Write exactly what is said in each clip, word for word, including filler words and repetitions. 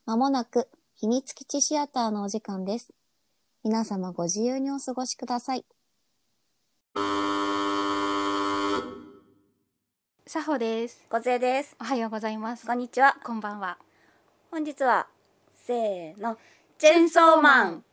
まもなく秘密基地シアターのお時間です。皆様ご自由にお過ごしください。 さほです。 こつえです。 おはようございます。 こんにちは。 こんばんは。 本日はせーのチェンソーマン。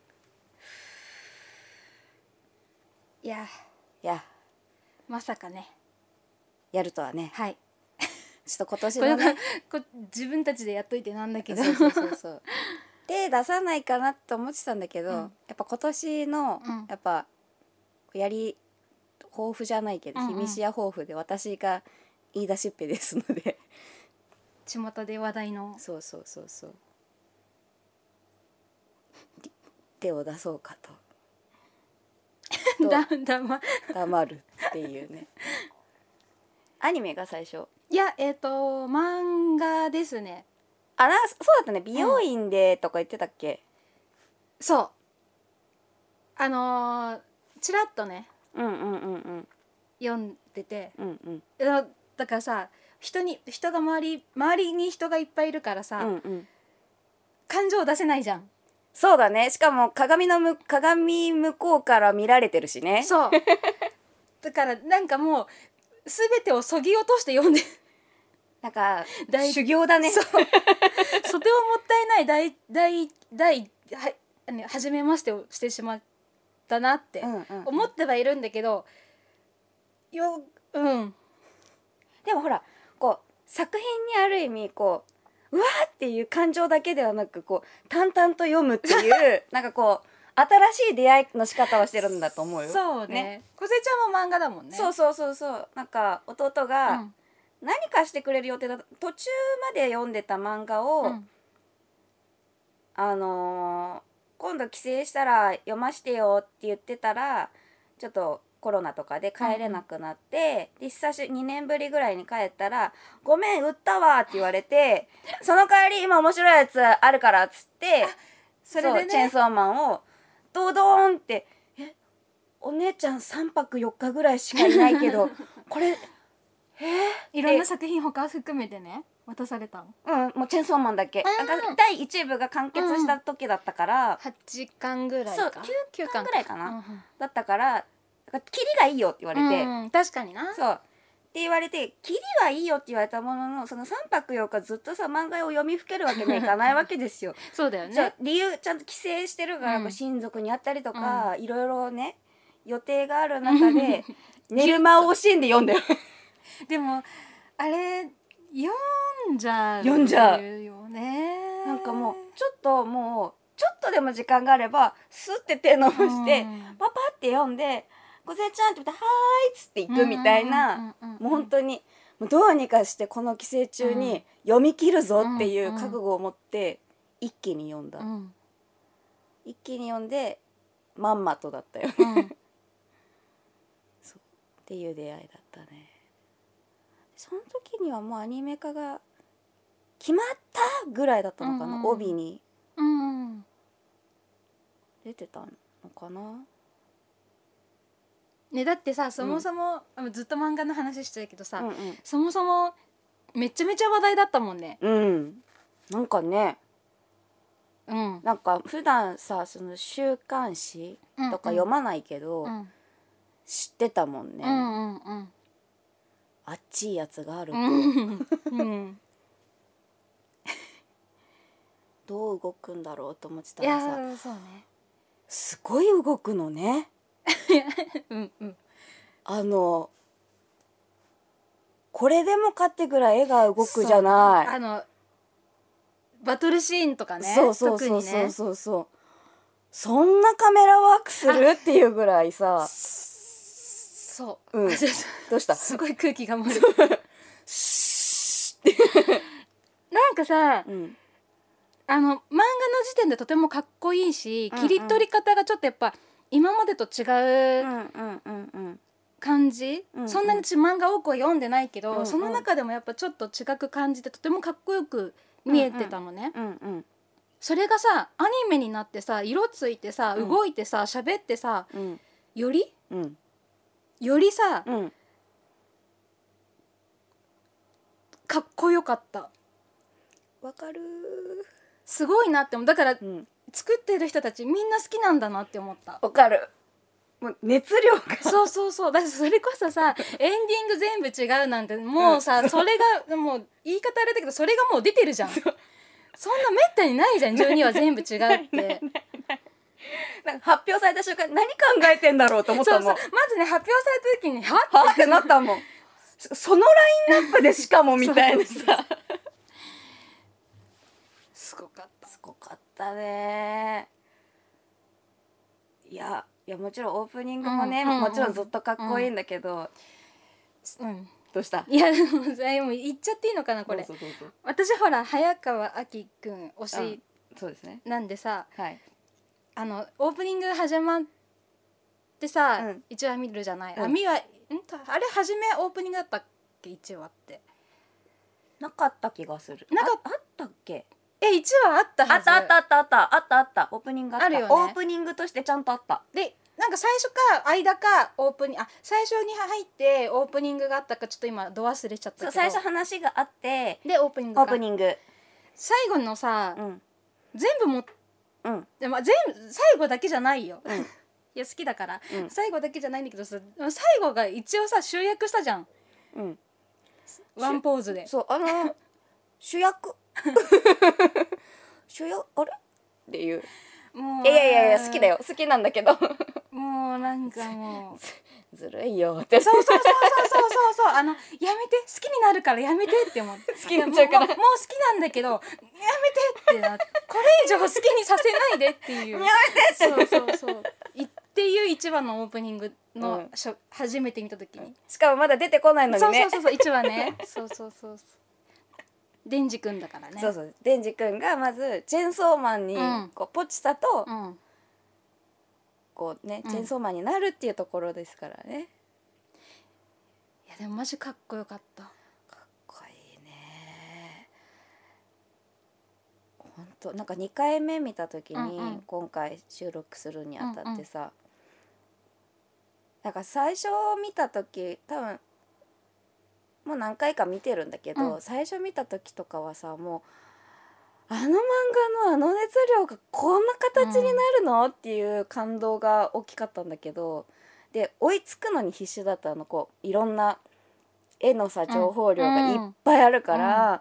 いやいやまさかね。 やるとはね。 はい。 ちょっと今年これのねこ自分たちでやっといてなんだけど。 そうそうそうそう手出さないかなと思ってたんだけど、 うん、 やっぱ今年の、うん、やっぱやり抱負じゃないけど、うんうん、秘密や抱負で私が言い出しっぺですので巷で話題のそうそうそうそう手を出そうかとだだま黙るっていうねアニメが最初いやえっ、ー、と漫画ですね。 あらそうだったね。美容院でとか言ってたっけ、 うん、そうあのー、ちらっとね、 うんうんうんうん、 読んでて、 うんうん、 だ, だからさ人に人が周り周りに人がいっぱいいるからさ、 うんうん、 感情出せないじゃん。 そうだね。しかも鏡のむ鏡向こうから見られてるしね。 そうだからなんかもう全てをそぎ落として読んでなんか修行だね。 そうそてをもったいない大大大は初めましてをしてしまったなって思ってはいるんだけど、うんうんうん、ようんでもほらこう作品にある意味こううわーっていう感情だけではなくこう淡々と読むっていうなんかこう新しい出会いの仕方をしてるんだと思うよ。 そうね。こせちゃんも漫画だもんね。 そうそうそうそう。なんか弟が、うん何かしてくれる予定だ途中まで読んでた漫画を、うん、あのー、今度帰省したら読ましてよって言ってたらちょっとコロナとかで帰れなくなって、うん、で久しにねんぶりぐらいに帰ったらごめん売ったわって言われてその代わり今面白いやつあるからっつってそれで、ね、 チェーンソーマンをドドーンってえお姉ちゃんさんぱくよっかぐらいしかいないけどこれえー、いろんな作品他含めてね渡されたの。 うんもうチェンソーマンだけ、うん、なんかだいいち部が完結した時だったから、うん、 はちかんぐらいかそうきゅうかんぐらいかな、うん、だったからキリがいいよって言われて、 うん、確かになそうって言われてキリはいいよって言われたもののそのさんぱくよっかずっとさ漫画を読みふけるわけにはいかないわけですよそうだよね。 理由ちゃんと帰省してるから、うん、親族に会ったりとか、うん、いろいろね予定がある中で寝る間を惜しんで読んだよでもあれ読んじゃう読んじゃうよね。 なんかもうちょっともうちょっとでも時間があればスッて手伸ばして、うん、パパって読んで「ごせちゃん」って言って「はーい」っつって行くみたいなもう本当にもうどうにかしてこの帰省中に読み切るぞっていう覚悟を持って一気に読んだ、うん、一気に読んでまんまとだったよね、うん、そうっていう出会いだったね。その時にはもうアニメ化が決まったぐらいだったのかな、うんうん、帯に、うんうん、出てたのかな。 ね、だってさそもそも、うん、ずっと漫画の話してるけどさ、うんうん、そもそもめちゃめちゃ話題だったもんね。 うんなんかね、 うん、 なんか普段さその週刊誌とか読まないけど、うんうん、知ってたもんね、 うんうんうんあっちいやつがあると、 うんうん、 どう動くんだろうと思ってたらさ、 いやそうね、 すごい動くのねうん、うん、 あのこれでもかってぐらい絵が動くじゃない。 あのバトルシーンとかね。 そうそうそうそうそうそう、ね、そんなカメラワークするっていうぐらいさそう、 うん、どうしたすごい空気が漏れるなんかさ、うん、あの漫画の時点でとてもかっこいいし、うんうん、切り取り方がちょっとやっぱ今までと違う感じ、うんうん、そんなに私漫画多くは読んでないけど、うんうん、その中でもやっぱちょっと違く感じてとてもかっこよく見えてたのね、うんうんうんうん、それがさアニメになってさ色ついてさ、うん、動いてさ喋ってさ、うん、より、うん、よりさ、うん、かっこよかった。 わかる。 すごいなって思う。だから、 うん、 作ってる人たちみんな好きなんだなって思った。 わかる。もう熱量がそうそうそう。だからそれこそさエンディング全部違うなんてもうさ、うん、それがもう言い方あれだけどそれがもう出てるじゃん。そ, そんなめったにないじゃん。じゅうにわ全部違うってないないないなんか発表された瞬間何考えてんだろうと思ったもん。 そうそうまずね発表された時にはっってなったもん。そのラインナップでしかもみたいなさすごかったすごかったね。いやいやもちろんオープニングもね、うんうんうん、もちろんずっとかっこいいんだけど、 うん、 どうした？ いやでも言っちゃっていいのかなこれ。どうぞどうぞ。私ほら早川あきくん推しそうですね。 なんでさ、 はい、 あのオープニング始まってさ、うん、いちわ見るじゃない、うん、あみはんあれ初めオープニングだったっけいちわってなかった気がする。 なかあ, あったっけ？ えいちわあったはず。 あったあったあったあったあったオープニングあった。 あるよね。 オープニングとしてちゃんとあった。 でなんか最初か間かオープニングあ最初に入ってオープニングがあったかちょっと今ど忘れちゃったけど。 そう最初話があってでオープニングか。 オープニング最後のさ、うん、全部も、 うん、 で、まあ、全部最後だけじゃないよ、うん、いや好きだから、うん、最後だけじゃないんだけどさ最後が一応さ集約したじゃん、うん、ワンポーズで。 そうあの主役主役あれっていうもういやいやいや好きだよ好きなんだけどもうなんかもうずるいよってそうそうそうそうそうそうそうあのやめて好きになるからやめてって思って好きになっちゃうからも, も, もう好きなんだけどやめてってなってこれ以上好きにさせないでっていうやめてそうそうそうっていう一話のオープニングの、うん、初めて見た時にしかもまだ出てこないのにねそうそうそうそう一話ねそうそうそうデンジ君だからね。 そうそうデンジ君がまずチェンソーマンにこうポチタと、うん、こうねチェンソーマンになるっていうところですからね、 いやでもマジかっこよかった。かっこいいね本当。なんかにかいめ見た時に、うんうん、今回収録するにあたってさ、うんうん、なんか最初見た時多分もう何回か見てるんだけど、うん、最初見た時とかはさもうあの漫画のあの熱量がこんな形になるの、うん、っていう感動が大きかったんだけどで追いつくのに必死だったのこういろんな絵のさ情報量がいっぱいあるから、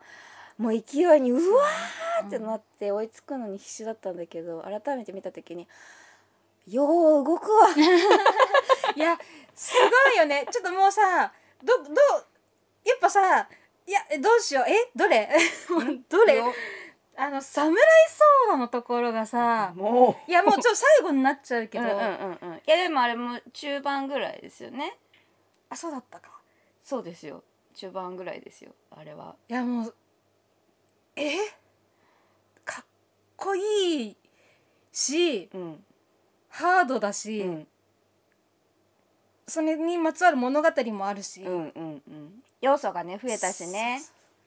うん、もう勢いにうわーってなって追いつくのに必死だったんだけど改めて見た時によう動くわいやすごいよね。ちょっともうさどどやっぱさいやどうしようえどれどれあのサムライソードのところがさもういやもうちょっと最後になっちゃうけどうんうん、うん、 いやでもあれも中盤ぐらいですよね。 あそうだったか。 そうですよ中盤ぐらいですよあれは。 いやもうえかっこいいし、うん、ハードだし、うん、それにまつわる物語もあるし、 うんうんうん要素がね増えたしね。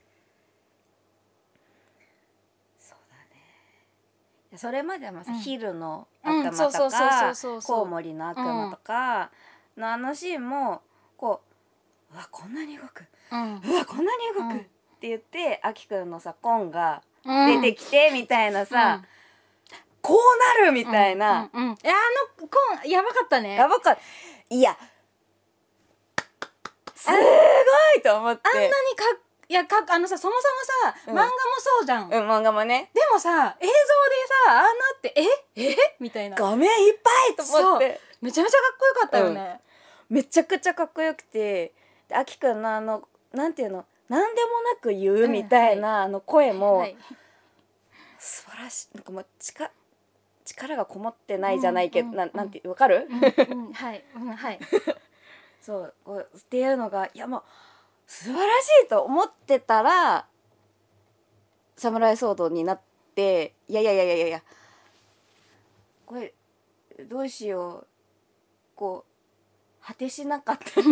そうだね。それまではさ、うん、ヒルの悪魔とかコウモリの悪魔とかのあのシーンもこううわこんなに動く、うん、うわこんなに動く、うん、って言ってアキくんのさコンが出てきてみたいなさ、うん、こうなるみたいな、 うんうんうん、いやあのコンやばかったね。 やばかった。いやすごいと思ってあんなにかいやかあのさそもそもさ、うん、漫画もそうじゃん、 うん、漫画もね。 でもさ映像でさあんなってええみたいな画面いっぱいと思ってめちゃめちゃかっこよかったよね、 うん、めちゃくちゃかっこよくてあきくんのあのなんていうのなんでもなく言うみたいな、うんはい、あの声も、はい、素晴らしい。なんかもう力力がこもってないじゃないけど、うんうんうん、な, なんてわかる、 うんうん、はい、うん、はいそうこうっていうのがいやもう素晴らしいと思ってたらサムライソードになっていやいやいやいやいやこれどうしようこう果てしなかったす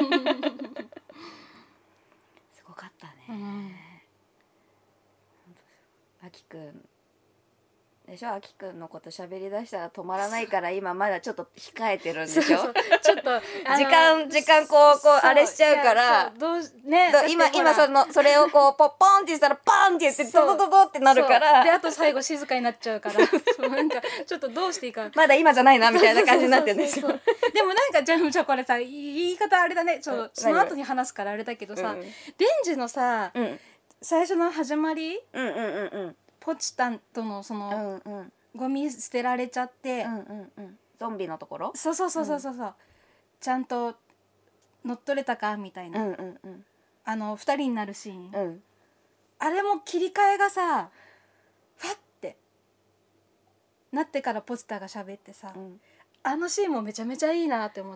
ごかったね、うん、あきくんでしょ、あきくんのこと喋り出したら止まらないから今まだちょっと控えてるんでしょ。 そうそうちょっと時間時間こうこうあれしちゃうからどうね今今そのそれをこうポッポンってしたらパンって言ってドドドドってなるからであと最後静かになっちゃうからそうなんかちょっとどうしていいかまだ今じゃないなみたいな感じになってるんでしょ。 でもなんかじゃあじゃあこれさ言い方あれだねちょっとその後に話すからあれだけどさ、うん、デンジのさ、うん、最初の始まり、うんうんうんうん、ポチタンとのその、うんうん、ゴミ捨てられちゃって、うんうんうん、 ゾンビのところそうそうそうそうそう、うん、ちゃんと乗っ取れたかみたいな、うんうんうん、あのふたりになるシーン、うん、あれも切り替えがさファッてなってからポスターが喋ってさ、うん、あのシーンもめちゃめちゃいいなって思って、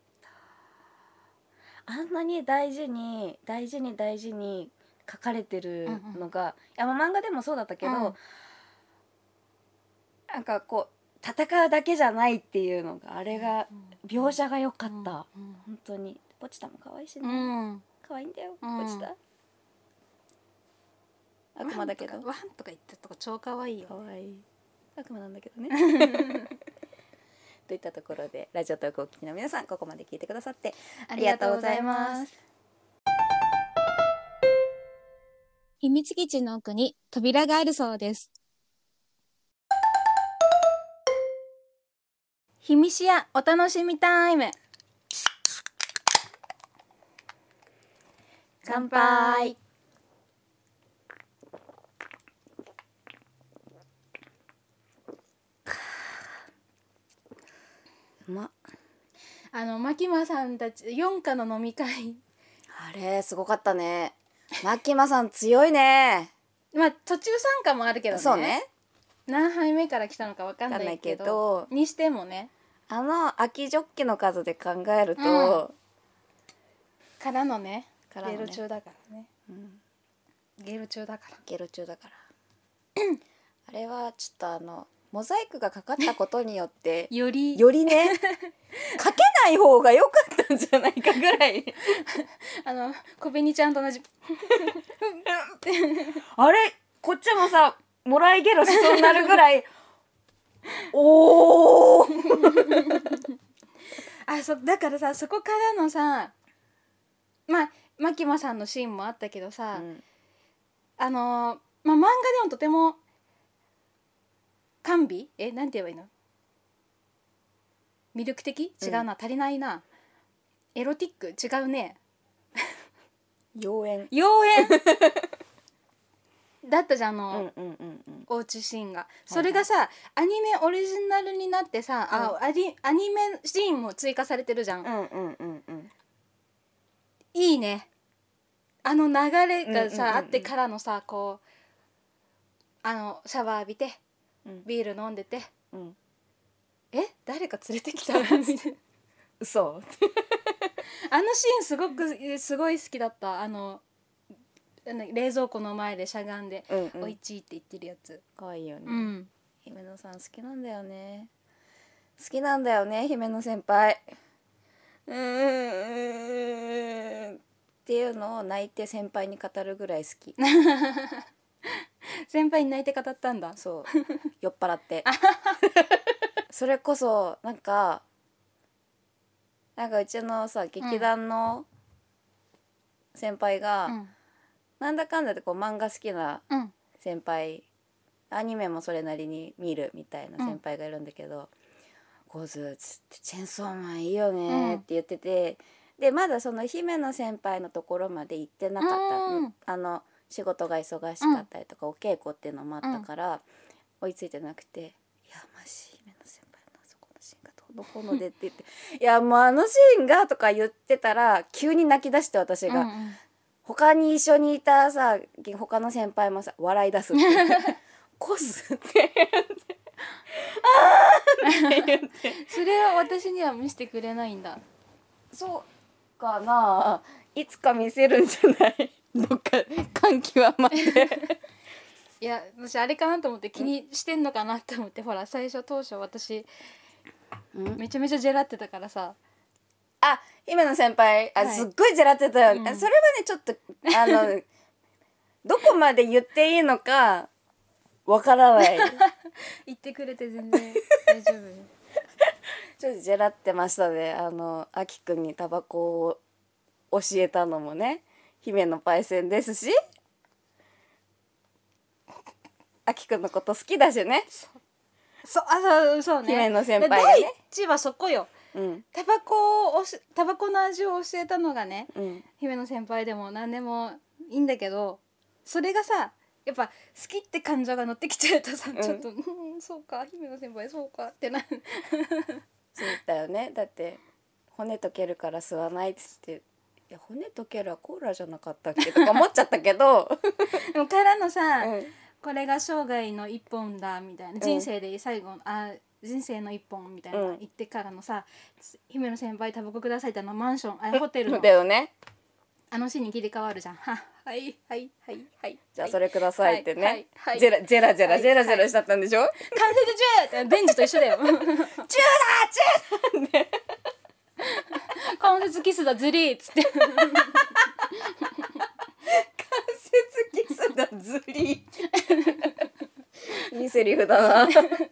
あんなに大事に大事に大事に書かれてるのが、うんうん、いやまあ漫画でもそうだったけど、うん、なんかこう戦うだけじゃないっていうのがあれが描写が良かった、うんうん、本当にポチタも可愛いしね、うん、可愛いんだよ、うん、ポチタ悪魔だけどワンとか言ってるとこ超可愛いよ、 可愛い悪魔なんだけどねといったところでラジオトークをお聞きの皆さんここまで聞いてくださってありがとうございます。 秘密基地の奥に扉があるそうです。 秘密やお楽しみタイム。乾杯。 うまっ。 あのマキマさんたちよんかの飲み会あれすごかったね。マキマさん強いね。 まあ途中参加もあるけどね。 そうね。 何杯目から来たのか分かんないけど、けどにしてもね、 あの空きジョッキの数で考えると、うん、 からのね、からのねゲロ中だからね、うん、ゲロ中だからゲロ中だからあれはちょっとあのモザイクがかかったことによってよりよりねかけない方が良かったんじゃないかぐらいあの小紅ちゃんと同じあれこっちもさもらいゲロしそうになるぐらいおーあそだからさそこからのさまあマキマさんのシーンもあったけどさ、うん、あのまあ漫画でもとても甘美えなんて言えばいいの魅力的違うな、うん、足りないなエロティック違うね妖艶妖艶だったじゃんあの、うんうんうんうん、おうちシーンがそれがさ、はいはい、アニメオリジナルになってさ、うん、あアニ、アニメシーンも追加されてるじゃん、うんうんうんうん、いいねあの流れがさ、うんうんうんうん、あってからのさこうあのシャワー浴びてビール飲んでて、うん、え誰か連れてきたみたいな嘘あのシーンすごくすごい好きだったあの冷蔵庫の前でしゃがんで、うんうん、おいちいって言ってるやつかわいいよね、うん、姫野さん好きなんだよね好きなんだよね姫野先輩うーんっていうのを泣いて先輩に語るぐらい好き先輩に泣いて語ったんだそう酔っ払ってそれこそなんかなんかうちのさ劇団の先輩が、うん、なんだかんだでこう漫画好きな先輩、うん、アニメもそれなりに見るみたいな先輩がいるんだけど、うん、ゴズつってチェンソーマンいいよねって言ってて、うん、でまだその姫野先輩のところまで行ってなかった、うん、あの仕事が忙しかったりとか、うん、お稽古っていうのもあったから、うん、追いついてなくていやマジ姫野先輩のあそこのシーンがどうのこうのでって言っていやもうあのシーンがとか言ってたら急に泣き出して私が、うんうん、他に一緒にいたさ他の先輩もさ笑い出すってコスってあーって言ってそれは私には見せてくれないんだそうかないつか見せるんじゃないどっか感極まっていや私あれかなと思って気にしてんのかなって思ってほら最初当初私めちゃめちゃジェラってたからさあ姫野先輩あ、はい、すっごいジェラってたよ、うん、それはねちょっとあのどこまで言っていいのかわからない言ってくれて全然大丈夫ちょっとジェラってましたね。あのあきくんにタバコを教えたのもね姫のパイセンですし、あきくんのこと好きだしね。 そうあそうそうね姫の先輩がね第一はそこよ。 うんタバコをおしタバコの味を教えたのがね、 うん姫の先輩でも何でもいいんだけど、それがさやっぱ好きって感情が乗ってきちゃうとさ、 うんちょっとうんそうか姫の先輩そうかってなそうだよね。だって骨溶けるから吸わないっつって、いや骨溶けるはコーラじゃなかったっけとか思っちゃったけどでもからのさ、 うんこれが生涯の一本だみたいな、人生で最後あ人生の一本みたいなうん言ってからのさ、姫の先輩タバコくださいってあのマンションあれホテルのだよね。 あのシーンに切り替わるじゃん。ははいはいはいはいじゃあそれくださいってね、 はいはいはいジェラジェラジェラはいジェラジェラしちゃったんでしょ、 完成中ってベンジと一緒だよ関節キスだズリーっつって関節キスだずりいいセリフだな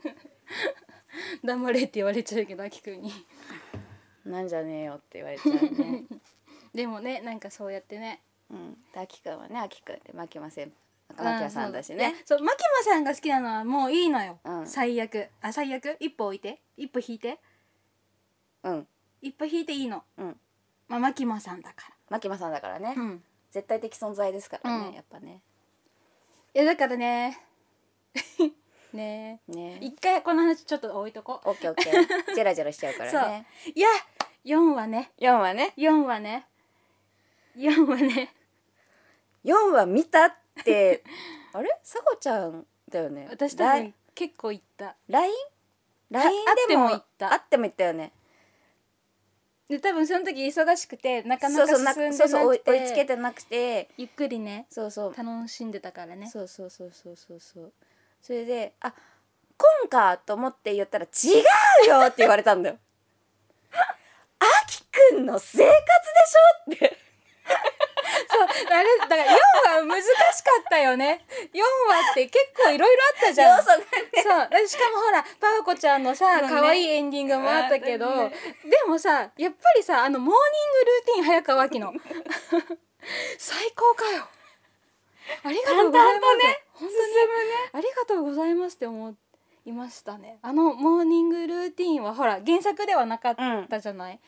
黙れって言われちゃうけどあきくんになんじゃねえよって言われちゃうねでもねなんかそうやってね、 うんであきくんはねあきくんって牧間先輩牧間さんだしね、 そう牧間さんが好きなのはもういいのよ、 うん最悪あ最悪一歩置いて一歩引いてうん一歩引いていいの、 うんまあ牧間さんだか牧間さんだからね、 らうん絶対的存在ですからね、 うんやっぱねいやだからねねえね一回この話ちょっと置いとこオッケーオッケージェラジェラしちゃうからねういやよんはねよんはねよんはねよんはねよんは見たってあれさこちゃんだよね。 私多分結構言ったライン ラインあでもあっても言ったあっても言ったよね。 で多分その時忙しくてなかなかそうそうな進んでなくてそうそう追い追いつけてなくてゆっくりねそうそう楽しんでたからねそうそうそうそうそうそうそれであ今かと思って言ったら違うよって言われたんだよあきくんの生活でしょってそうあれだからよんは難しかったよねよんはって結構いろいろあったじゃん要素がねそうでしかもほらパワコちゃんのさそうね可愛いエンディングもあったけど、 あったねでもさやっぱりさあのモーニングルーティン早川あきの最高かよありがとうございます、 淡々とね本当にありがとうございますって思いましたね。あのモーニングルーティンはほら原作ではなかったじゃない、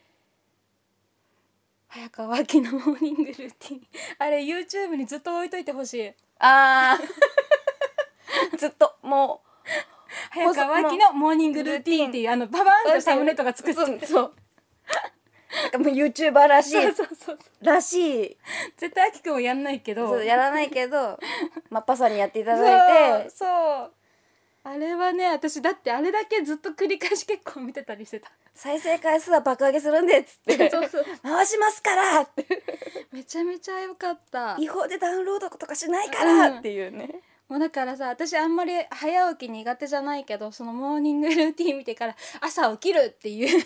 早川あきのモーニングルーティンあれ YouTube にずっと置いといてほしい。 あーずっともう早川あきのモーニングルーティンっていうあのババーンとサムネとか作ってそうそうなんかもう YouTuber らしいそうそうそうらしい絶対あきくんはやんないけどそうやらないけどまっぱさんにやっていただいてそうそうあれはね私だってあれだけずっと繰り返し結構見てたりしてた再生回数は爆上げするんでっつってそうそう回しますからってめちゃめちゃ良かった違法でダウンロードとかしないからっていうね、 もうだからさ私あんまり早起き苦手じゃないけどそのモーニングルーティン見てから朝起きるっていう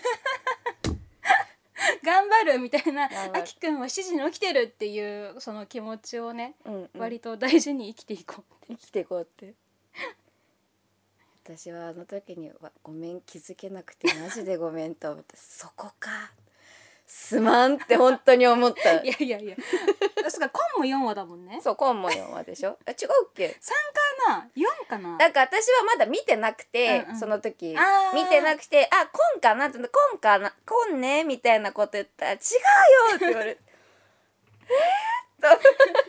頑張るみたいな頑張るあきくんはしちじに起きてるっていうその気持ちをね、 うんうん、 割と大事に生きていこうって生きていこうって私はあの時にわごめん気づけなくてマジでごめんと思ってそこかすまんって本当に思ったいやいやいやそっかコンもよんわだもんねそうコンもよんわでしょあ違うっけさんかなよんかななんか私はまだ見てなくて、 うんうんその時あー見てなくてあコンかなってコンかなコンねみたいなこと言ったら違うよって言われてえーっと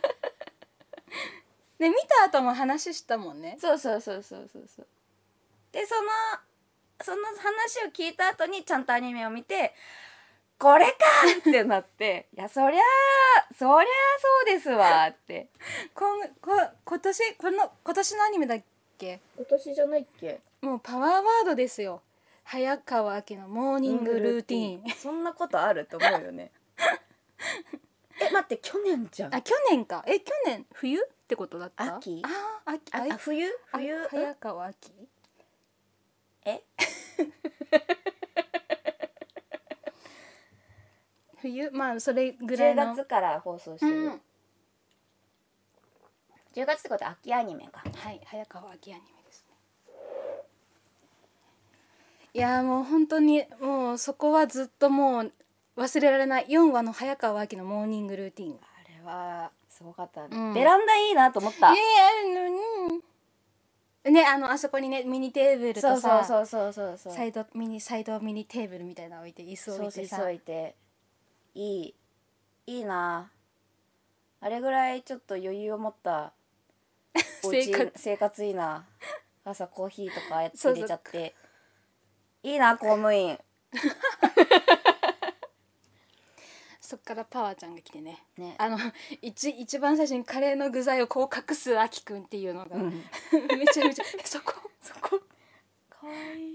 で見た後も話したもんねそうそうそうそうそうそうでそのその話を聞いた後にちゃんとアニメを見てこれかってなっていやそりゃそりゃそうですわってこんこ今年この今年のアニメだっけ今年じゃないっけもうパワーワードですよ早川あきのモーニングルーティンそんなことあると思うよねえ待って去年じゃんあ去年かえ去年冬ってことだった秋あー秋あああ冬あ冬早川あきえ冬まあそれぐら 10 いの月から放送してる、 うんじゅうがつってことは秋アニメか。 はい、早川秋アニメですね。いやもう本当にもうそこはずっともう忘れられないよんわの早川秋のモーニングルーティン。 あれはすごかったね、 うん、 ベランダいいなと思った。 いやいやうんね、あのあそこにねミニテーブルとさ、 そうそうそうそうそう、 サイドミニサイドミニテーブルみたいなの置いて椅子置いてさ、 そうそう椅子置いていいいいな。あれぐらいちょっと余裕を持ったお家生活生活いいな。朝コーヒーとか入れちゃってそうそういいな公務員。 そっからパワーちゃんが来て ね, ねあの 一, 一番最初にカレーの具材をこう隠すあきくんっていうのが、うん、めちゃめちゃそこそこかわいい。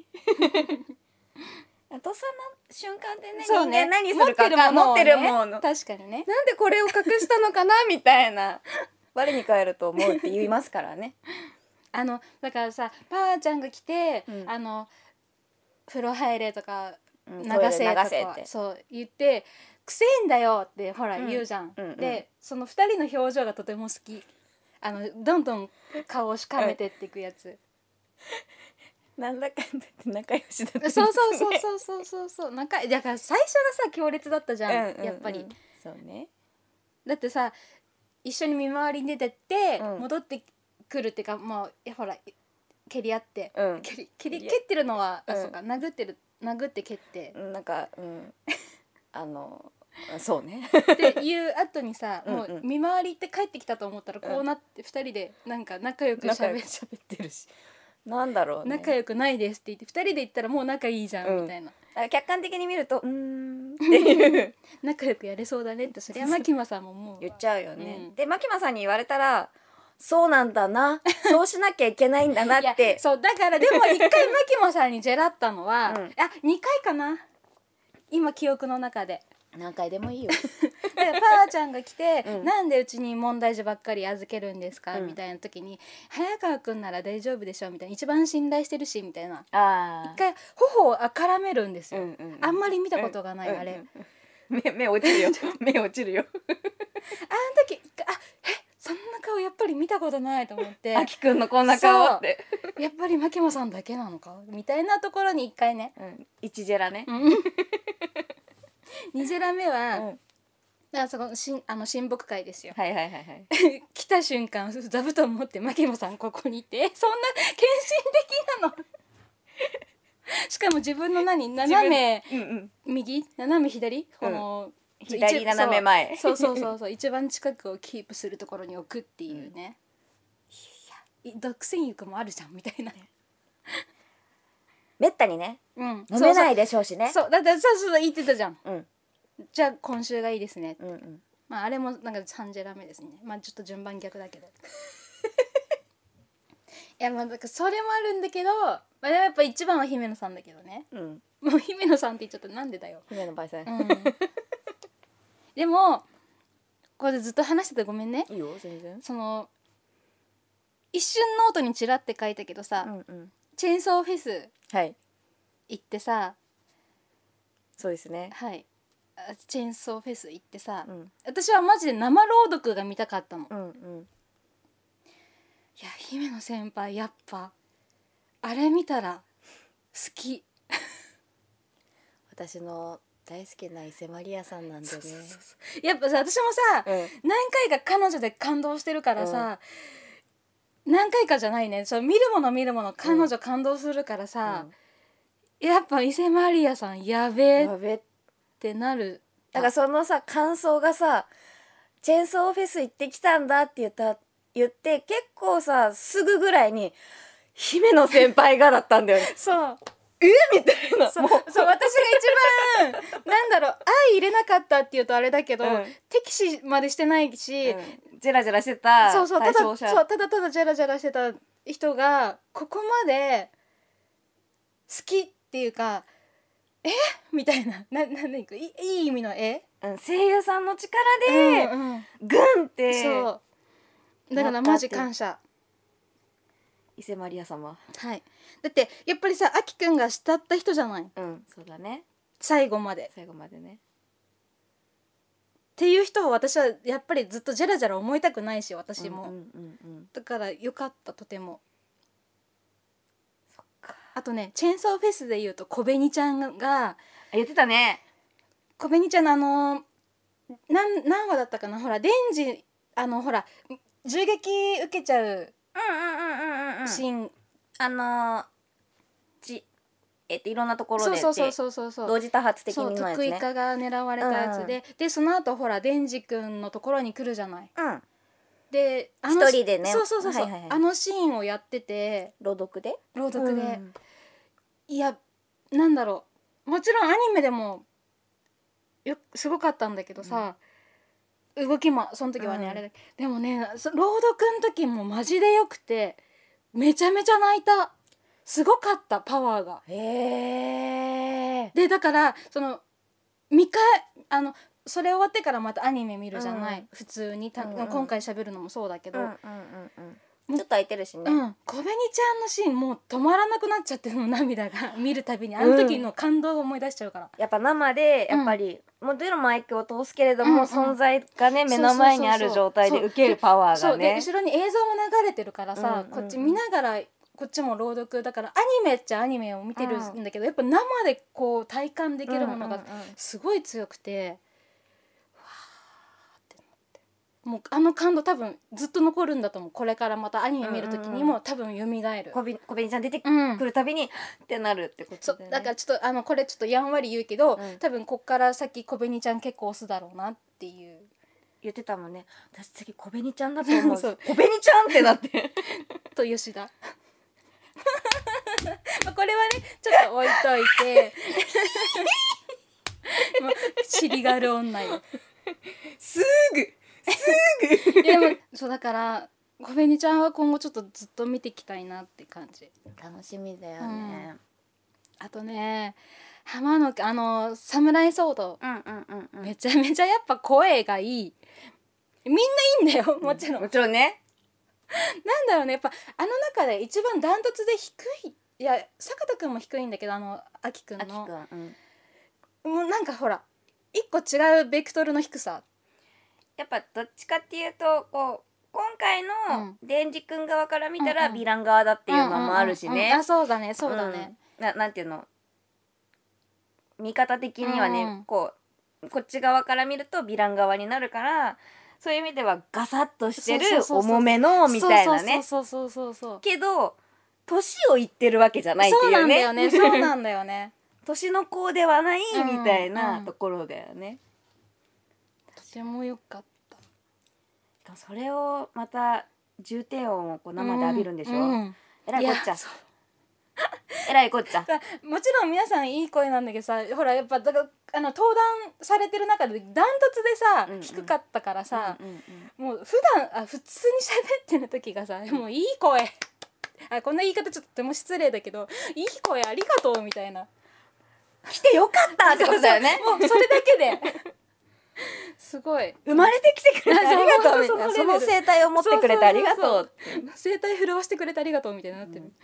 とっさの瞬間でね、 そうね、 人間何するかか持ってるもの、 確かにね、 なんでこれを隠したのかなみたいな我に返ると思うって言いますからね。 あのだからさパワーちゃんが来て、 うん、 あの風呂入れとか流せとか、うん、そう言ってくせえんだよってほら言うじゃん、うんうんうん、でそのふたりの表情がとても好き。あのどんどん顔をしかめてっていくやつ、 うん、なんだかんだって仲良しだったんですね。そうそうそうそうそうそうそう仲だから最初がさ強烈だったじゃん、うんうんうん、やっぱりそうね。 だってさ一緒に見回りに出てって、 うん、 戻ってくるっていうかもういやほら蹴り合って、 うん、 蹴り蹴り蹴ってるのは、うん、あそうか殴ってる殴って蹴ってなんか、うん、あのそうねっていう後にさもう見回り行って帰ってきたと思ったらこうなってふたりでなんか仲良くしゃべってるしなんだろうね仲良くないですって言ってふたりで行ったらもう仲いいじゃん、うん、みたいな。 客観的に見るとうーんっていう仲良くやれそうだねってそりゃマキマさんももう言っちゃうよね、うん、でマキマさんに言われたらそうなんだなそうしなきゃいけないんだなってそうだからでも一回マキマさんにジェラったのは、うん、あにかいかな今記憶の中で何回でもいいよだからパーちゃんが来て、うん、なんでうちに問題児ばっかり預けるんですか、うん、みたいな時に早川くんなら大丈夫でしょみたいな一番信頼してるしみたいなあ一回頬をあからめるんですよ、うんうんうん、あんまり見たことがない、うん、あれ、 うんうん、目, 目落ちるよ目落ちるよあの時あえそんな顔やっぱり見たことないと思ってあきくんのこんな顔ってやっぱりマキマさんだけなのかみたいなところに一回ね、 うん、一ジェラねにジェラ目は、うん、だからそこしあの親睦会ですよ。 はいはいはいはい。 来た瞬間座布団持ってマキモさんここにいてそんな献身的なのしかも自分の何斜め、うんうん、右斜め左この、 うん、左斜め前そうそうそうそう一番近くをキープするところに置くっていうね、うん、いや独占欲もあるじゃんみたいなめったにね、 うん、 飲めないでしょうしね。 そうだってそうそう言ってたじゃん、 うん、 じゃあ今週がいいですね、 うんうん、 まああれもなんかサンジェラ目ですね。まあちょっと順番逆だけどいやまあだからそれもあるんだけど、まあ、でもやっぱ一番は姫野さんだけどね、 うん、 もう姫野さんって言っちゃったなんでだよ姫野パイセン、 うん、でもこれでずっと話しててごめんね。 いいよ全然。 その一瞬ノートにチラって書いたけどさ、 うんうん、 チェーンソーフェス行ってさ、はい、 そうですね、 はいチェーンソーフェス行ってさ、 うん、 私はマジで生朗読が見たかったの、 うんうん、 いや姫野先輩やっぱあれ見たら好き私の大好きな伊勢マリアさんなんでね。そうそうそうやっぱさ私もさ、うん、何回か彼女で感動してるからさ、うん、何回かじゃないねそう見るもの見るもの彼女感動するからさ、うん、やっぱ伊勢マリアさんやべえやべってなる。 だからそのさ感想がさチェーンソーフェス行ってきたんだって言った言って結構さすぐぐらいに姫野先輩がだったんだよねそうえみたいなそうそう私が一番なんだろう愛入れなかったっていうとあれだけど、うん、敵視までしてないし、うん、 ジェラジェラしてたそうそうただそうただただジェラジェラしてた人がここまで好きっていうかえみたいなななな い, いい意味のえ、 うん、声優さんの力で、うんうん、グンってそうだからマジ感謝伊勢マリア様。 はいだってやっぱりさあきくんが慕った人じゃない。 うんそうだね最後まで最後までねっていう人を私はやっぱりずっとジャラジャラ思いたくないし、私も、 うんうんうんうん、 だからよかった、とても。 そっか。 あとね、チェーンソーフェスでいうと小紅ちゃんが言ってたね。 小紅ちゃんのあの何何話だったかな、ほらデンジあのほら銃撃受けちゃううんうんうんうんうんシーン、 あのー、ちえっといろんなところでそうそうそうそうそう同時多発的そうにのやつね。 得意化が狙われたやつで、うん、でその後ほらデンジ君のところに来るじゃない、 うん、 であの一人でね、 そうそうそうそう、 はいはいはい、 あのシーンをやってて朗読で朗読で、 うん、 いやなんだろう、もちろんアニメでもよすごかったんだけどさ、うん、動きもその時はね、うん、あれだけど、でもね朗読の時もマジでよくてめちゃめちゃ泣いた。すごかったパワーが。 へー。 でだからその見かあのそれ終わってからまたアニメ見るじゃない、うん、普通にた、うんうん、今回喋るのもそうだけど、うんうんうんうん、ちょっと空いてるしね、 うん、小紅ちゃんのシーンもう止まらなくなっちゃっての涙が見るたびにあの時の感動を思い出しちゃうから、うん、やっぱ生でやっぱり、うん、もちろんマイクを通すけれども、うんうん、存在がね目の前にある状態で受けるパワーがね、 そうで後ろに映像も流れてるからさ、うんうんうん、こっち見ながらこっちも朗読だからアニメっちゃアニメを見てるんだけど、うん、やっぱ生でこう体感できるものがすごい強くて、うんうんうん、わーってなって、もうあの感動多分ずっと残るんだと思う。これからまたアニメ見る時にも多分蘇る。 小紅ちゃん出てくるたびに、うん、ってなるってことで、ね、 そうだからちょっとあのこれちょっとやんわり言うけど、うん、多分こっから先小紅ちゃん結構押すだろうなっていう言ってたもんね。私次小紅ちゃんだと思うそう小紅ちゃんってなってと吉田まあこれはねちょっと置いといてもう尻がる女よすぐすぐでもそうだから小紅ちゃんは今後ちょっとずっと見ていきたいなって感じ。 楽しみだよね、 うん、あとね浜野あのサムライソード、うんうんうんうん、めちゃめちゃやっぱ声がいい。みんないいんだよもちろん、うん、 もちろんねなんだろうねやっぱあの中で一番ダントツで低い、いや坂田くんも低いんだけどあのあきくんのあきくん、うん、もうなんかほら一個違うベクトルの低さ、 やっぱどっちかっていうとこう今回のデンジくん側から見たらヴィラン側だっていうのもあるしね、 あそうだねそうだね、 うん、な, なんていうの見方的にはね、うん、こうこっち側から見るとヴィラン側になるからそういう意味ではガサッとしてる重めのみたいなねけど年を言ってるわけじゃないっていうね、 そうなんだよねそうなんだよね年の子ではないみたいなところだよね、 うんうん、とてもよかった。 それをまた重低音をこう生で浴びるんでしょ、うんうん、えらいこっちゃえらいこっちゃもちろん皆さんいい声なんだけどさほらやっぱだからあの登壇されてる中でダントツでさ、うんうん、低かったからさ、うんうんうん、もう普段あ普通に喋ってる時がさ、うん、もういい声あこんな言い方ちょっととても失礼だけどいい声ありがとうみたいな来てよかったってことだよねもうそれだけですごい生まれてきてくれてありがとうみたいなその声帯を持ってくれてありがとう声帯震わしてくれてありがとうみたいになってる、うん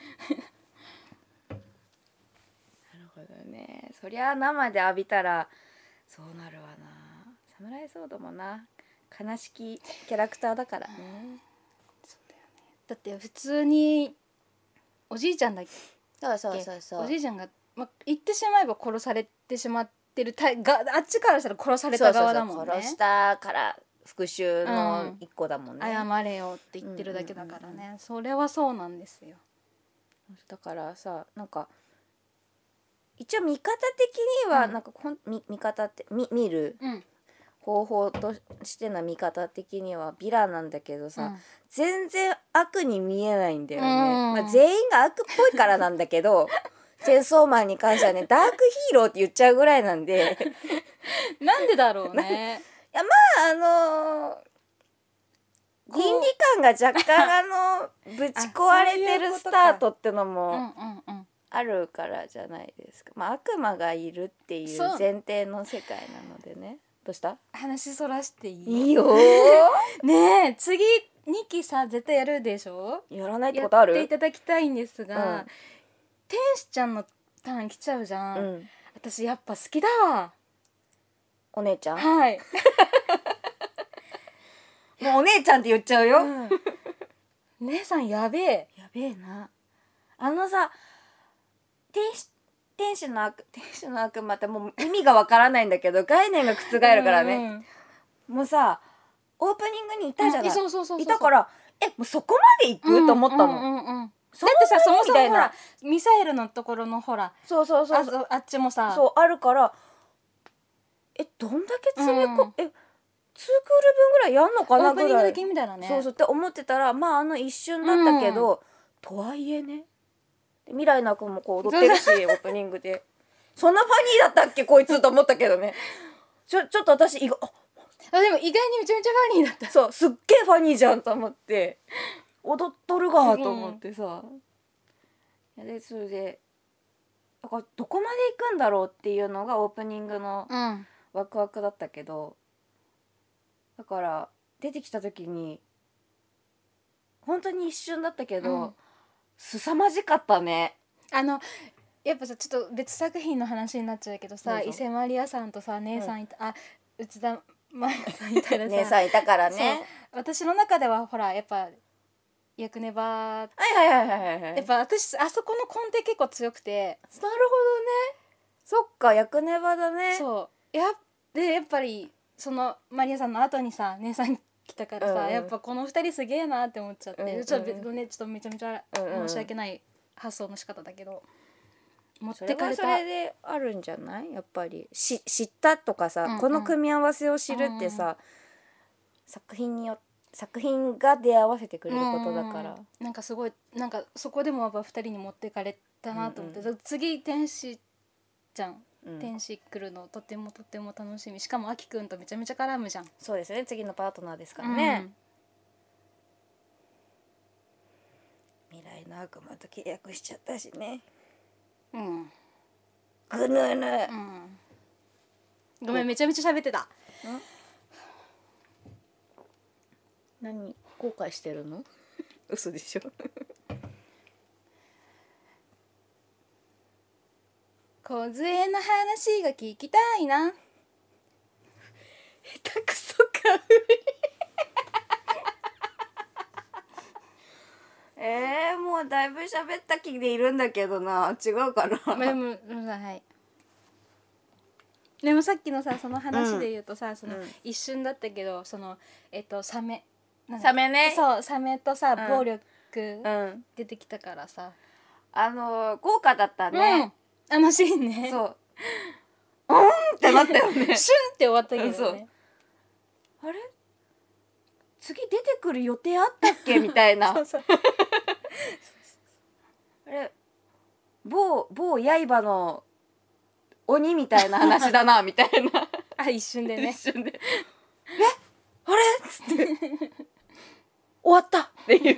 ね、そりゃ生で浴びたらそうなるわな。サムライソードもな悲しきキャラクターだからね、 そうだよね。だって普通におじいちゃんだっけそうそうそうそうおじいちゃんが、ま、言ってしまえば殺されてしまってるたがあっちからしたら殺された側だもんね。 そうそうそう殺したから復讐の一個だもんね、 うん、謝れよって言ってるだけだからね、うんうんうんうん、それはそうなんですよ。 だからさなんか一応見方的にはなんかこん、うん、見方って見見る方法としての見方的にはヴィランなんだけどさ、うん、全然悪に見えないんだよね、うんまあ、全員が悪っぽいからなんだけどチェンソーマンに関してはねダークヒーローって言っちゃうぐらいなんでなんでだろうねいやまああのー、倫理観が若干あのぶち壊れてるスタートってのも、うんうんうんあるからじゃないですか、まあ、悪魔がいるっていう前提の世界なのでね。どうした話そらしていい？ いいよねえ次にきさ絶対やるでしょ。 やらないってことある？ やっていただきたいんですが、うん、天使ちゃんのターン来ちゃうじゃん、うん、私やっぱ好きだわお姉ちゃんはいもうお姉ちゃんって言っちゃうよ、うん、 姉さんやべえやべえな。あのさ天使天使の悪天使の悪魔ってもう意味がわからないんだけど概念が覆るからね、うんうん、もうさオープニングにいたじゃない、うん、そうそうそうそういたからえもうそこまで行く、うん、と思ったの、うんうんうん、だってさそもそもほらミサイルのところのほらそうそうそうそうあ, あっちもさそうあるからえどんだけ詰めこ、うん、えにクールぶんぐらいやんのかなぐらいオープニングだけみたいなねそうそうって思ってたらまああの一瞬だったけど、うん、とはいえね未来の悪魔もこう踊ってるしオープニングでそんなファニーだったっけこいつと思ったけどねちょちょっと私意外ああでも意外にめちゃめちゃファニーだったそうすっげえファニーじゃんと思って踊っとるがと思ってさ、うん、でそれでだからどこまで行くんだろうっていうのがオープニングのワクワクだったけど、うん、だから出てきた時に本当に一瞬だったけど、うん、凄まじかったね。 あのやっぱさちょっと別作品の話になっちゃうけどさ伊勢マリアさんとさ姉さんいた、うん、あ内田マリアさんいたらさ姉さんいたからね私の中ではほらやっぱヤクネバはいはいはいはいはいやっぱ私あそこの根底結構強くてなるほどねそっかヤクネバだねそうやでやっぱりそのマリアさんの後にさ姉さん来たからさ、うんうん、やっぱこのふたりすげえなって思っちゃって、うんうん、ちょっとねちょっとめちゃめちゃ申し訳ない発想の仕方だけど、 うんうん、持ってかれたそれはそれであるんじゃないやっぱりし知ったとかさ、うんうん、この組み合わせを知るってさ、うんうん、作品によって作品が出会わせてくれることだから、 うん、なんかすごいなんかそこでもやっぱふたりに持ってかれたなと思って、うんうん、次天使ちゃん、うん、天使来るのとてもとても楽しみしかもあきくんとめちゃめちゃ絡むじゃんそうですね次のパートナーですからね、うん、未来の悪魔と契約しちゃったしねうんぐぬぬ、うん、 ごめんめちゃめちゃ喋ってたん何後悔してるの嘘でしょ小杖の話が聞きたいな下手くそかえー、もうだいぶ喋った気でいるんだけどな違うかなでも、はい、でもさっきのさその話で言うとさ、うん、その一瞬だったけどそのえっとサメサメねそうサメとさ、うん、暴力出てきたからさ、 うん、あの豪華だったね、 うん、あのシーンねそううんってなったよねシュンって終わったけどねあれ次出てくる予定あったっけみたいなそうそうあれ某某刃の鬼みたいな話だなみたいなあ一瞬でね一瞬でえあれっつって終わったっていう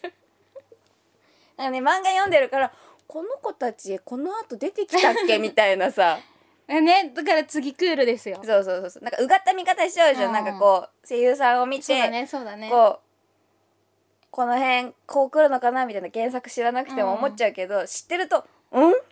なんかね漫画読んでるからこの子たちこの後出てきたっけみたいなさねだから次クールですよそうそうそうなんかうがった見方しちゃうじゃん、うん、なんかこう声優さんを見てそうだねそうだねこうこの辺こう来るのかなみたいな原作知らなくても思っちゃうけど、うん、知ってるとうんあれ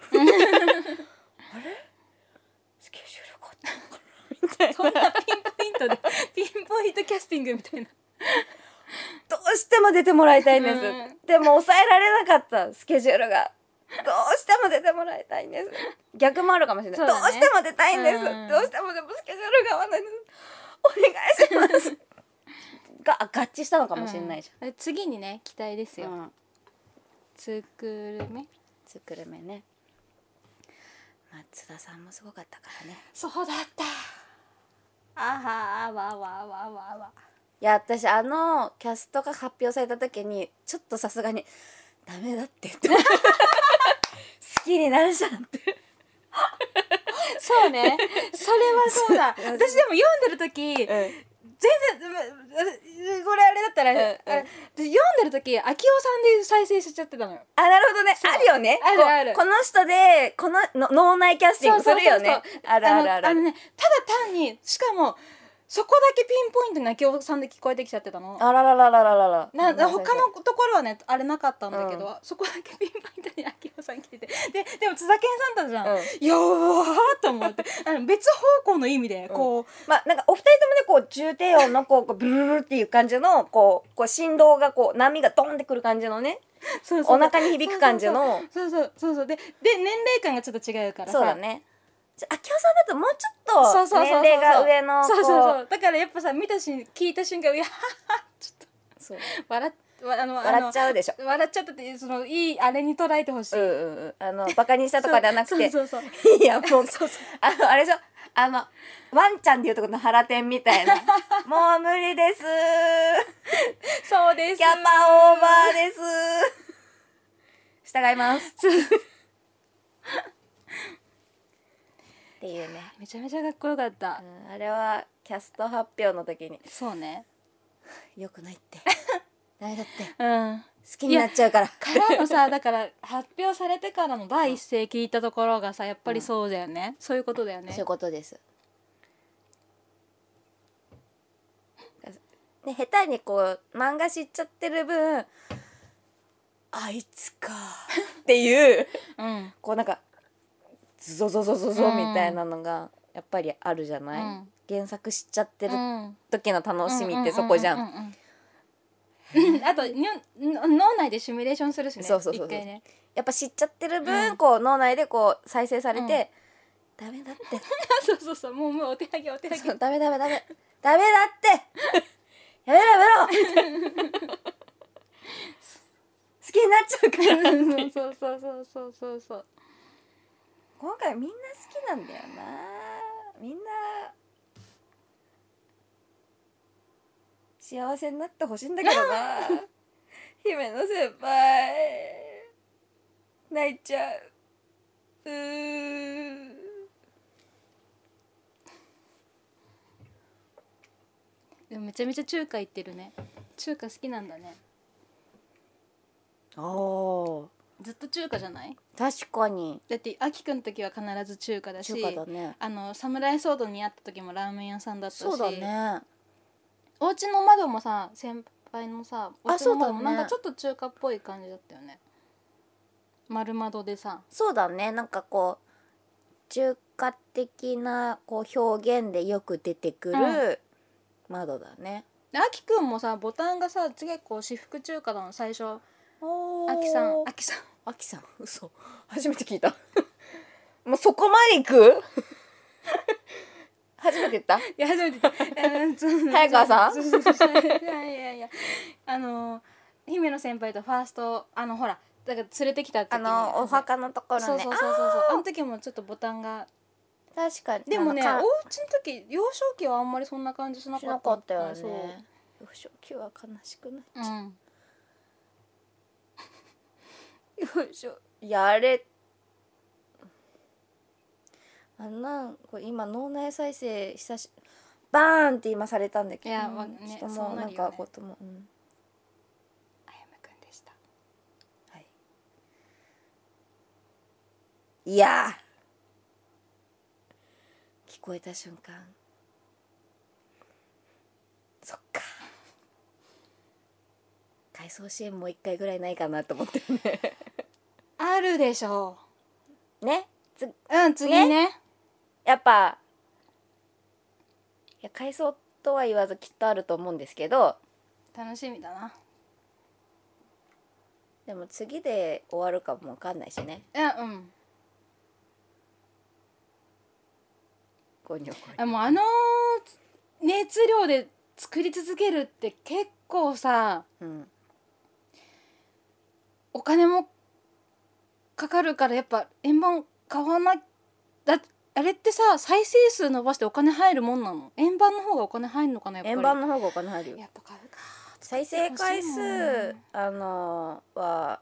スケジュールがあったのかなみたいなそんなピンポイントでピンポイントキャスティングみたいなどうしても出てもらいたいんです、うん、でも抑えられなかったスケジュールがどうしても出てもらいたいんです逆もあるかもしれない、ね、どうしても出たいんです、うん、どうしてもでもスケジュールが合わないんですお願いしますが合致したのかもしれないじゃん、 うん、次にね期待ですよ、うん、つくるめつくるめね松田さんもすごかったからねそうだったあはわわわわわいや私あのキャストが発表された時にちょっとさすがにダメだってって好きになるじゃんってそうねそれはそうだ私でも読んでる時、うん、全然これあれだったら、うんうん、あれ読んでる時秋夫さんで再生しちゃってたのよあなるほどねあるよねあるあるこ, この人でこのの脳内キャスティングするよねあるあるあるあのねただ単にしかもそこだけピンポイントに秋夫さんで聞こえてきちゃってたのあらららららららな他のところはねあれなかったんだけど、うん、そこだけピンポイントに秋夫ささん聞いて、ででも津田健さんだじゃん、 うん、 やばーと思ってあの別方向の意味でこう、うん、 まあなんかお二人ともねこう重低音のこうブルルルっていう感じのこうこう振動がこう波がドンってくる感じのね、そうそうお腹に響く感じの、 そうそうそうそうでで年齢感がちょっと違うからさ、 そうだね、あきおさんだともうちょっと年齢が上のそうそうそうだからやっぱさ見たし聞いた瞬間いやちょっとそう笑っあの笑っちゃうでしょ、 笑っちゃったってそのいいあれに捉えてほしい、 うんうんうん、あのバカにしたとかではなくてそうそうそういやもうそうそうあのあれでしょ、あのワンちゃんでいうとこの腹点みたいなもう無理ですそうですキャパオーバーです従いますっていうね、 めちゃめちゃかっこよかった、 うん、あれはキャスト発表の時にそうねよくないってダメだって、 うん、 好きになっちゃうからからのさだから発表されてからの第一声聞いたところがさやっぱりそうだよね、うん、そういうことだよね、 そういうことです。ね、下手にこう漫画知っちゃってる分あいつかっていう、うん、こうなんかズゾゾゾゾゾみたいなのがやっぱりあるじゃない、うん、原作知っちゃってる時の楽しみってそこじゃん。 あと脳内でシミュレーションするしね、 そうそうそうそう、 一回ね、 やっぱ知っちゃってる分、うん、こう脳内でこう再生されて、うん、ダメだってそうそうそうもうもうお手上げお手上げダメダメダメダメだってやめろやめろ好きになっちゃうからそうそうそうそうそうそう今回みんな好きなんだよな、みんな幸せになってほしいんだけどな姫野先輩泣いちゃう、うーでもめちゃめちゃ中華行ってるね、中華好きなんだね。 ああずっと中華じゃない？ 確かに。 だってあきくんの時は必ず中華だし、 中華だね、 あのサムライソードに会った時もラーメン屋さんだったし、 そうだね、 お家の窓もさ先輩のさお家の窓もなんかちょっと中華っぽい感じだったよね、丸窓でさ。 そうだね、なんかこう中華的なこう表現でよく出てくる窓だね、 うん、あきくんもさボタンがさ結構私服中華だの最初。あきさんあきさんあきさん嘘初めて聞いたもうそこまで行く初めて言った？いや初めて言った早川さんいやいやいやあの姫野先輩とファーストあのほらだから連れてきた時にあのお墓のところね、 そうそうそうそうそうあの時もちょっとボタンが確かにでもねお家の時幼少期はあんまりそんな感じしなかった。 しなかったよね。幼少期は悲しくなっちゃう、うんよいしょやれあんなんこれ今脳内再生久しバーンって今されたんだけど、いや、ね、ちょっともうなんかことも、うん、 あやむくんでした。 はいいや聞こえた瞬間そっか回想シーンもう一回ぐらいないかなと思ってるねあるでしょうねつうん次ね、ねやっぱいや回想とは言わずきっとあると思うんですけど楽しみだな。 でも次で終わるかもわかんないしね。 いやうんゴニョゴニョあもうあの熱量で作り続けるって結構さ、うん、お金もかかるからやっぱ円盤買わないだあれってさ再生数伸ばしてお金入るもんなの？円盤の方がお金入るのかなやっぱり。 円盤の方がお金入るよ。 やっぱ買うか。 再生回数あのは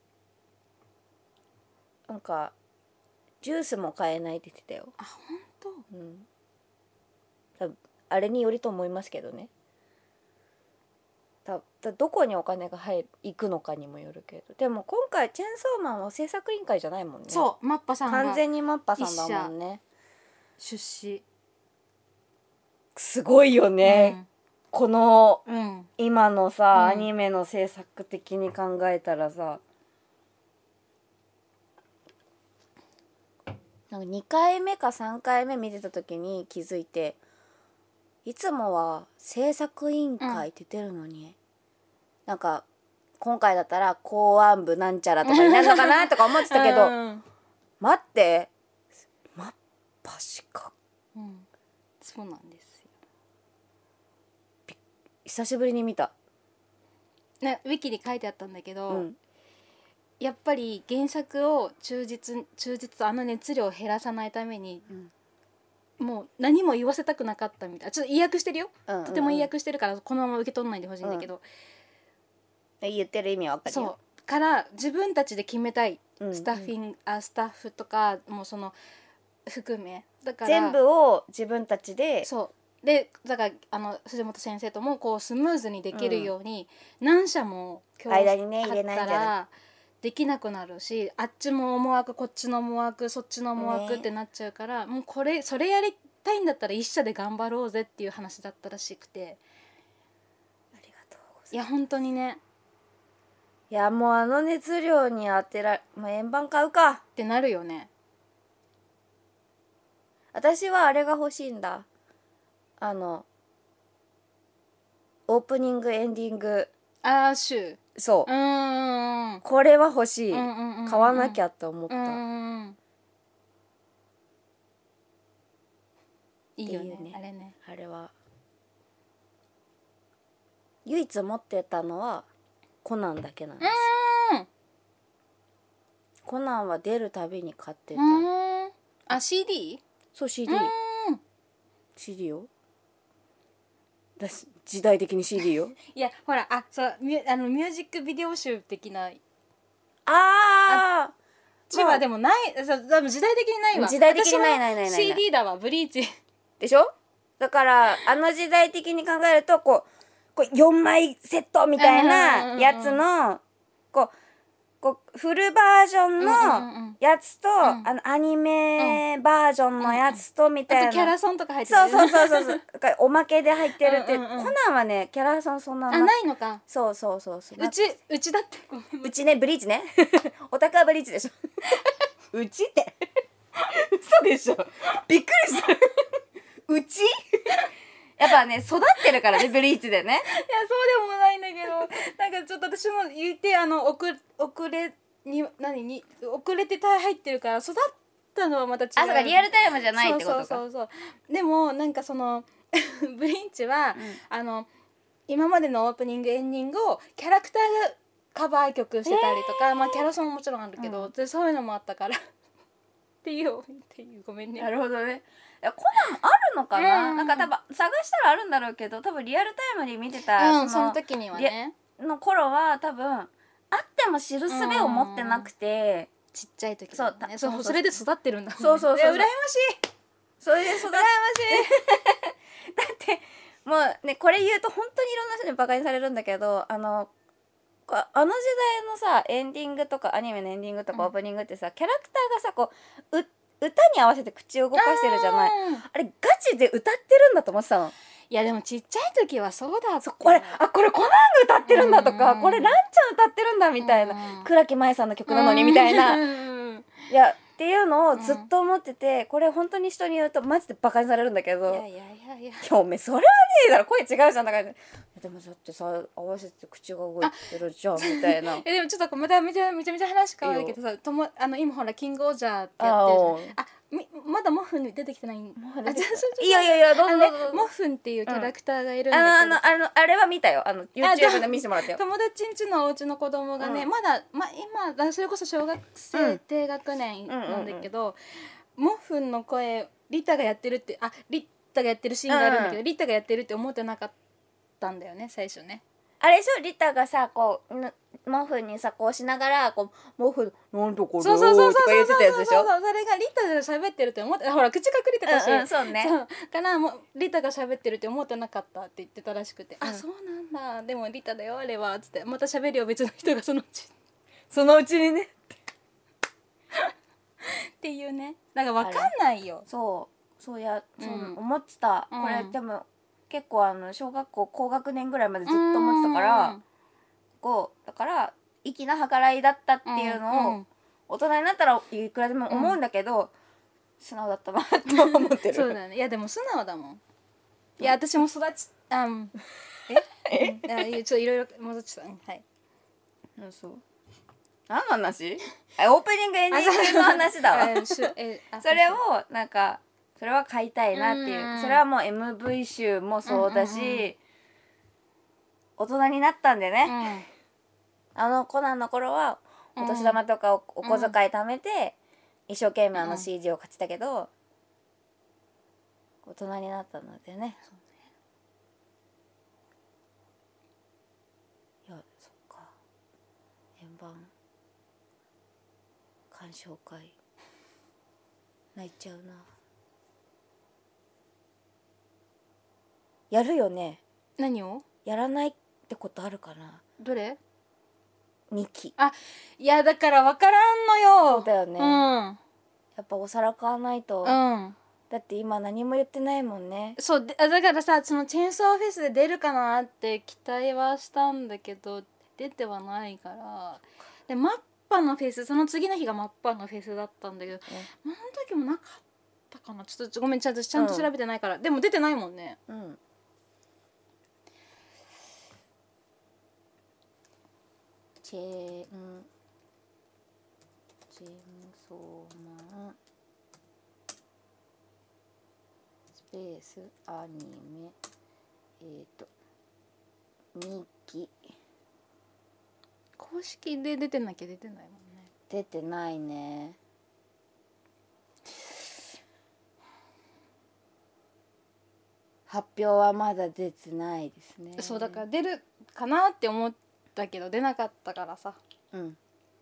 なんかジュースも買えないって言ってたよ。 あ本当？うん。 多分あれによりと思いますけどね。ただどこにお金が入る行くのかにもよるけど、でも今回チェーンソーマンは制作委員会じゃないもんね。 そうマッパさんが完全にマッパさんだもんね。 出資すごいよね、うん、この、 うん、 今のさ、うん、アニメの制作的に考えたらさなんかにかいめかさんかいめ見てた時に気づいて、いつもは制作委員会って出てるのに、うん、なんか今回だったら公安部なんちゃらとかになるのかなとか思ってたけど、うん、待ってマッパシカ、 うん、そうなんですよ。 久しぶりに見た。 ね、ウィキに書いてあったんだけど、うん、やっぱり原作を忠実忠実あの熱量を減らさないために、うん、もう何も言わせたくなかったみたい。ちょっと意訳してるよ、うんうんうん、とても意訳してるからこのまま受け取らないでほしいんだけど、 うん、言ってる意味は分かるよ。 そうから自分たちで決めたい、うんうん、スタッフィングあスタッフとかもうその含めだから全部を自分たちでそうでだからあの藤本先生ともこうスムーズにできるように、うん、何社も今日間にね入れないんじゃないできなくなるし、あっちも思惑こっちの思惑そっちの思惑ってなっちゃうから、ね、もうこれそれやりたいんだったら一社で頑張ろうぜっていう話だったらしくて、 ありがとうございます。 いや本当にね、 いやもうあの熱量に当てられ、もう円盤買うかってなるよね。 私はあれが欲しいんだ、あのオープニングエンディング、 あーシュー、 そう、 うんうんうん、 これは欲しい、 うんうんうんうん、 買わなきゃって思った、うんうんうん、いいよ ね, ねあれね。 あれは唯一持ってたのはコナンだけなんです。うん、コナンは出るたびに買ってた。うん、 あ シーディー？ そう シーディー、うん、シーディー よ。私時代的に シーディー よ。 いやほらあそうミュあのミュージックビデオ集的な、 ああちはでもないそう多分時代的にないわ。 時代的にないないないないないシーディー だわブリーチでしょ。だからあの時代的に考えるとこう、こうよんまいセットみたいなやつのこうこうフルバージョンのやつと、うんうんうん、あのアニメバージョンのやつとみたいな、うんうん、 あとキャラソンとか入ってる、 そうそうそうそうそうおまけで入ってるって、うんうんうん、コナンはねキャラソンそんなのあないのか。 そうそうそうそううちうちだってうちねブリーチねおたかはブリーチでしょうちって嘘でしょびっくりしたうちやっぱね育ってるからねブリーチでね。いやそうでもないんだけどなんかちょっと私も言ってあの遅遅れに何に遅れて入ってるから育ったのはまた違う。 あそうかリアルタイムじゃないってことか。 そうそうそうそうでもなんかそのブリーチは、うん、あの今までのオープニングエンディングをキャラクターがカバー曲してたりとか、えー、まあキャラソンももちろんあるけど、うん、でそういうのもあったからっていうっていうごめんね。 なるほどね。いやコナンあるのかな、うん、なんか多分探したらあるんだろうけど多分リアルタイムに見てた、 うん、その時にはねの頃は多分あっても知る術を持ってなくて、 うん、ちっちゃい時だね。そうそうそうそれで育ってるんだもんね。 そうそうそうそう羨ましい。 それで育って羨ましいだってもうねこれ言うと本当にいろんな人にバカにされるんだけどあのあの時代のさエンディングとかアニメのエンディングとかオープニングってさ、うん、キャラクターがさこうう歌に合わせて口を動かしてるじゃない。 あ, あれガチで歌ってるんだと思ってたの。 いやでもちっちゃい時はそうだって。 これあこれコナンが歌ってるんだとか、うん、これランちゃん歌ってるんだみたいな、うん、倉木麻衣さんの曲なのにみたいな、うん、いやっていうのをずっと思ってて、これ本当に人に言うとマジでバカにされるんだけど、 いやいやいやいやいやおめえそれはねえだろ声違うじゃんだからでもだってさ合わせて口が動いてるじゃんみたいな。 えでもちょっとまためちゃめちゃめちゃ話変わるけどさともあの今ほらキングオージャーってやってるじゃん。あみまだモフン出てきてない。もう出ていやいやいやどうぞどうぞ、 ね、モフンっていうキャラクターがいるんだけど、 うん、あのあのあれは見たよあの YouTube で見せてもらったよ。 友達ん家のお家の子供がね、うん、まだ、ま、今それこそ小学生低学年なんだけど、うんうんうんうん、モフンの声リタがやってるってあリタがやってるシーンがあるんだけど、うん、リタがやってるって思ってなかったんだよね最初ね。 あれでしょリタがさこうモフにさこうしながらこうモフなんところとか言ってたやつでしょ。 それがリタが喋ってるって思ってほら口隠れてたし、 うんうん、そうねそうからもうリタが喋ってるって思ってなかったって言ってたらしくて、うん、あそうなんだでもリタだよあれはつってまた喋るよ別の人がそのうちそのうちにねっていうねなんかわかんないよ。 そうそうやそう、うん、思ってた、うん、これでも結構あの小学校高学年ぐらいまでずっと思ってたからこうだから粋な計らいだったっていうのを大人になったらいくらでも思うんだけど、 素直だったなと思ってるそうだね。いやでも素直だもん。いや私も育ちあうんええ、うん、あいやちょっといろいろ戻っちゃった、うん、はい。 うん、そう何の話？あ、オープニングエンディングの話だわあしゅえあそれをなんかそれは買いたいなっていう、 うん、 それはもう エムブイ 集もそうだし、うんうんうん、大人になったんでね、うん、あのコナンの頃はお年玉とか お,、うん、お小遣い貯めて一生懸命あの シーディー を買ってたけど、うん、大人になったのでね。そうね。いや、そっか。円盤鑑賞会泣いちゃうな。やるよね。 何を？ やらないってことあるかな。 どれ？ にき。 あ、いやだから分からんのよ。 そうだよね、 うん、 やっぱお皿買わないと、 うん、 だって今何も言ってないもんね。 そうで、だからさ、そのチェーンソーフェスで出るかなって期待はしたんだけど出てはないから。でマッパのフェス、その次の日がマッパのフェスだったんだけど、あの時もなかったかな。ちょっとごめん、ちゃんとちゃんと調べてないから、うん、でも出てないもんね。 うん。チェーンチェーンソーマンスペースアニメえっ、ー、とにき公式で出てなきゃ出てないもんね。 出てないね。発表はまだ出てないですね。 そうだから出るかなって思ったけど出なかったからさ。 うん。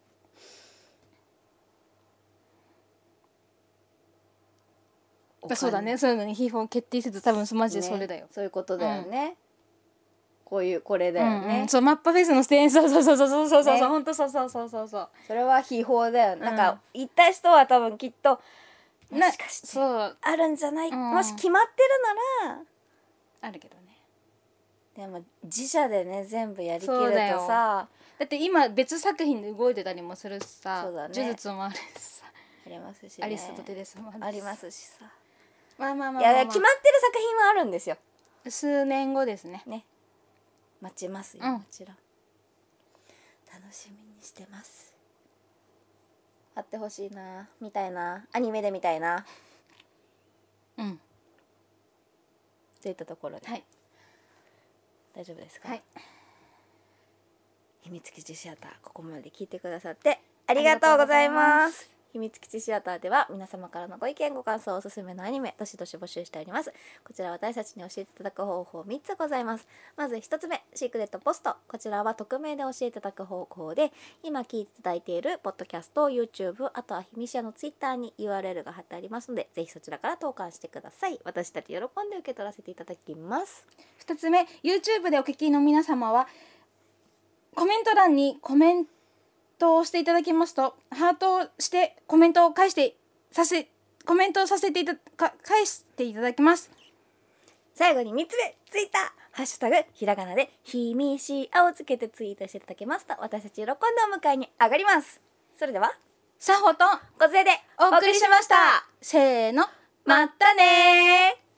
そうだね、そういうのに批判決定せず多分マジでそれだよ、 ね、そういうことだよね、うん、こういうこれだよね、 うんうん、そうマッパフェスのステージ、そうそうそうそうそうそうそう、ね、本当そうそうそうそうそう、 それは秘宝だよ、うん、なんか行った人は多分きっともしかしてそうあるんじゃない、うん、もし決まってるならあるけどね。 でも自社でね全部やりきるとさ、 だって今別作品で動いてたりもするしさ、 そうだね、 呪術もあるしさ、 ありますし、ね、 アリスとテレスもありますしさ、 まあまあまあまあ、まあ、 いや決まってる作品はあるんですよ。 数年後ですね。 ね、待ちますよ、 うん、 もちろん楽しみにしてます。あってほしいな、みたいな、アニメでみたいな、 うんといったところで、 はい、 大丈夫ですか。 はい、 秘密基地シアター、ここまで聞いてくださってありがとうございます。秘密基地シアターでは皆様からのご意見ご感想、おすすめのアニメどしどし募集しております。こちら私たちに教えていただく方法みっつございます。まずひとつめ、シークレットポスト。こちらは匿名で教えていただく方法で、今聞いていただいているポッドキャスト、YouTube、あとは秘密シアの Twitter に ユーアールエル が貼ってありますので、ぜひそちらから投函してください。私たち喜んで受け取らせていただきます。 ふたつめ、 YouTube でお聞きの皆様はコメント欄にコメントをしていただきますと、ハートをしてコメントを返してさせコメントをさせていたか返していただきます。 最後にみっつめ、ツイッターハッシュタグひらがなでひみしあをつけてツイートしていただけますと、私たち喜んでお迎えに上がります。それではさほとこずえでお送りしました。 せーの、 またねー。